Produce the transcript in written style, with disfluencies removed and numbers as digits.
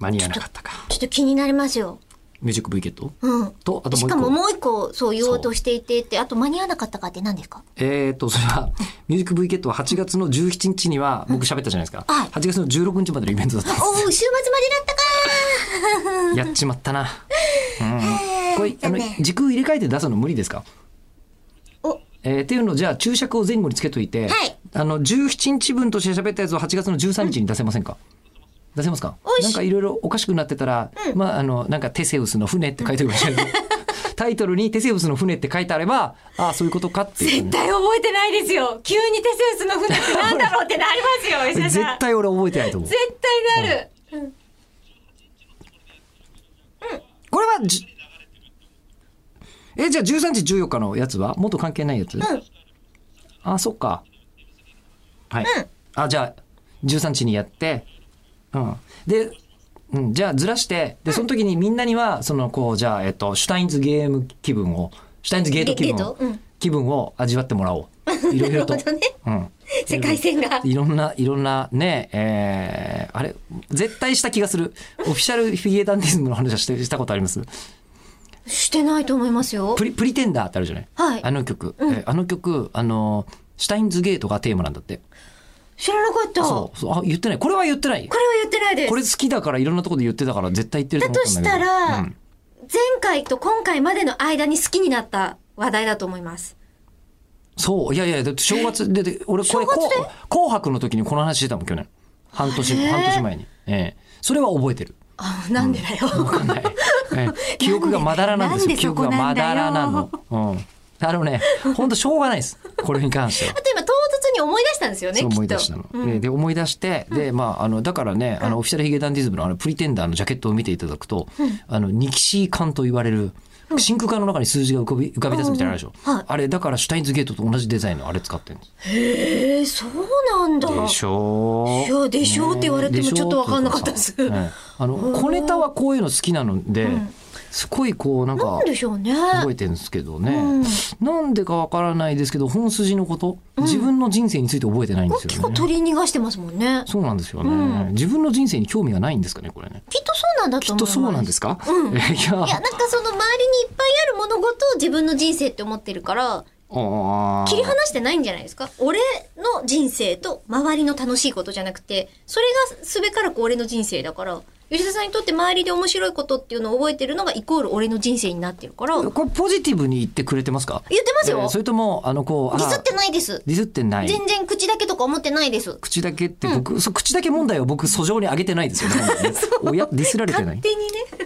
間に合わなかったか。 ちょっと気になりますよ。 ミュージック V ケット、 と、 あともう一個。 しかももう一個そう言おうとしていてって、あと間に合わなかったかって何ですか？ それは、ミュージック V ケットは8月の17日には僕喋ったじゃないですか。 はい 8月の16日までのイベントだったんです。 おー、週末までだったかやっちまったな。これ、時空入れ替えて出すの無理ですか？っていうのをじゃあ注釈を前後につけといて、 はい、 17日分として喋ったやつを8月の13日に出せませんか？出せますか？なんかいろいろおかしくなってたら、なんかテセウスの船って書いておきましょう。タイトルにテセウスの船って書いてあれば、ああそういうことかっていう。 絶対覚えてないですよ。急にテセウスの船ってなんだろうってなりますよ、石田さん。 絶対俺覚えてないと思う。 絶対なる。 これはじゃあ13時14日のやつはもっと関係ないやつ？あ、そっか。はい。じゃあ13日にやって、で、じゃあずらして、でその時にみんなにはそのこうじゃあシュタインズゲーム気分を、シュタインズゲート気分を味わってもらおう。いろいろと。 なるほどね。世界線がいろんなね、あれ絶対した気がする。オフィシャルフィギュアダンディズムの話はしたことあります？ してないと思いますよ。 プリテンダーってあるじゃない？ はい。 あの曲、シュタインズゲートがテーマなんだって。 知らなかった。 そう。言ってない。これは言ってない。 これは言ってないです。 これ好きだからいろんなところで言ってたから絶対言ってると思ったんだけど。 だとしたら、前回と今回までの間に好きになった話題だと思います。 そう。いや、だって正月で、俺これ紅白の時にこの話してたもん、去年。半年前に。それは覚えてる。 なんでだよ。 わかんない。記憶がまだらなんですよ。記憶がまだらなの。本当しょうがないです。これに関しては。 あと今唐突に思い出したんですよね。 そう思い出したの。で思い出して、でだからね、オフィシャルヒゲダンディズムのプリテンダーのジャケットを見ていただくと、ニキシー管と言われる真空管の中に数字が浮かび出すみたいなのあるでしょ。あれだからシュタインズゲートと同じデザインのあれ使ってるんです。 へえ、そうなんだ。 でしょう。 いや、でしょうって言われてもちょっと分かんなかったです。 小ネタはこういうの好きなので、すごいこうなんか覚えてるんですけどね、なんでかわからないですけど本筋のこと、自分の人生について覚えてないんですよね。 結構取り逃がしてますもんね。 そうなんですよね、自分の人生に興味がないんですかね、これね。 きっとそうなんだと思います。 きっとそうなんですか？ いや、なんかその周りにいっぱいある物事を自分の人生って思ってるから切り離してないんじゃないですか。俺の人生と周りの楽しいことじゃなくて、それがすべからく俺の人生だから、吉田さんにとって周りで面白いことっていうのを覚えてるのがイコール俺の人生になってるから。 これポジティブに言ってくれてますか？ 言ってますよ。 それともディスってないです。 ディスってない。 全然口だけとか思ってないです。 口だけって口だけ問題を僕訴状に上げてないですよね。おやディスられてない。 勝手にね。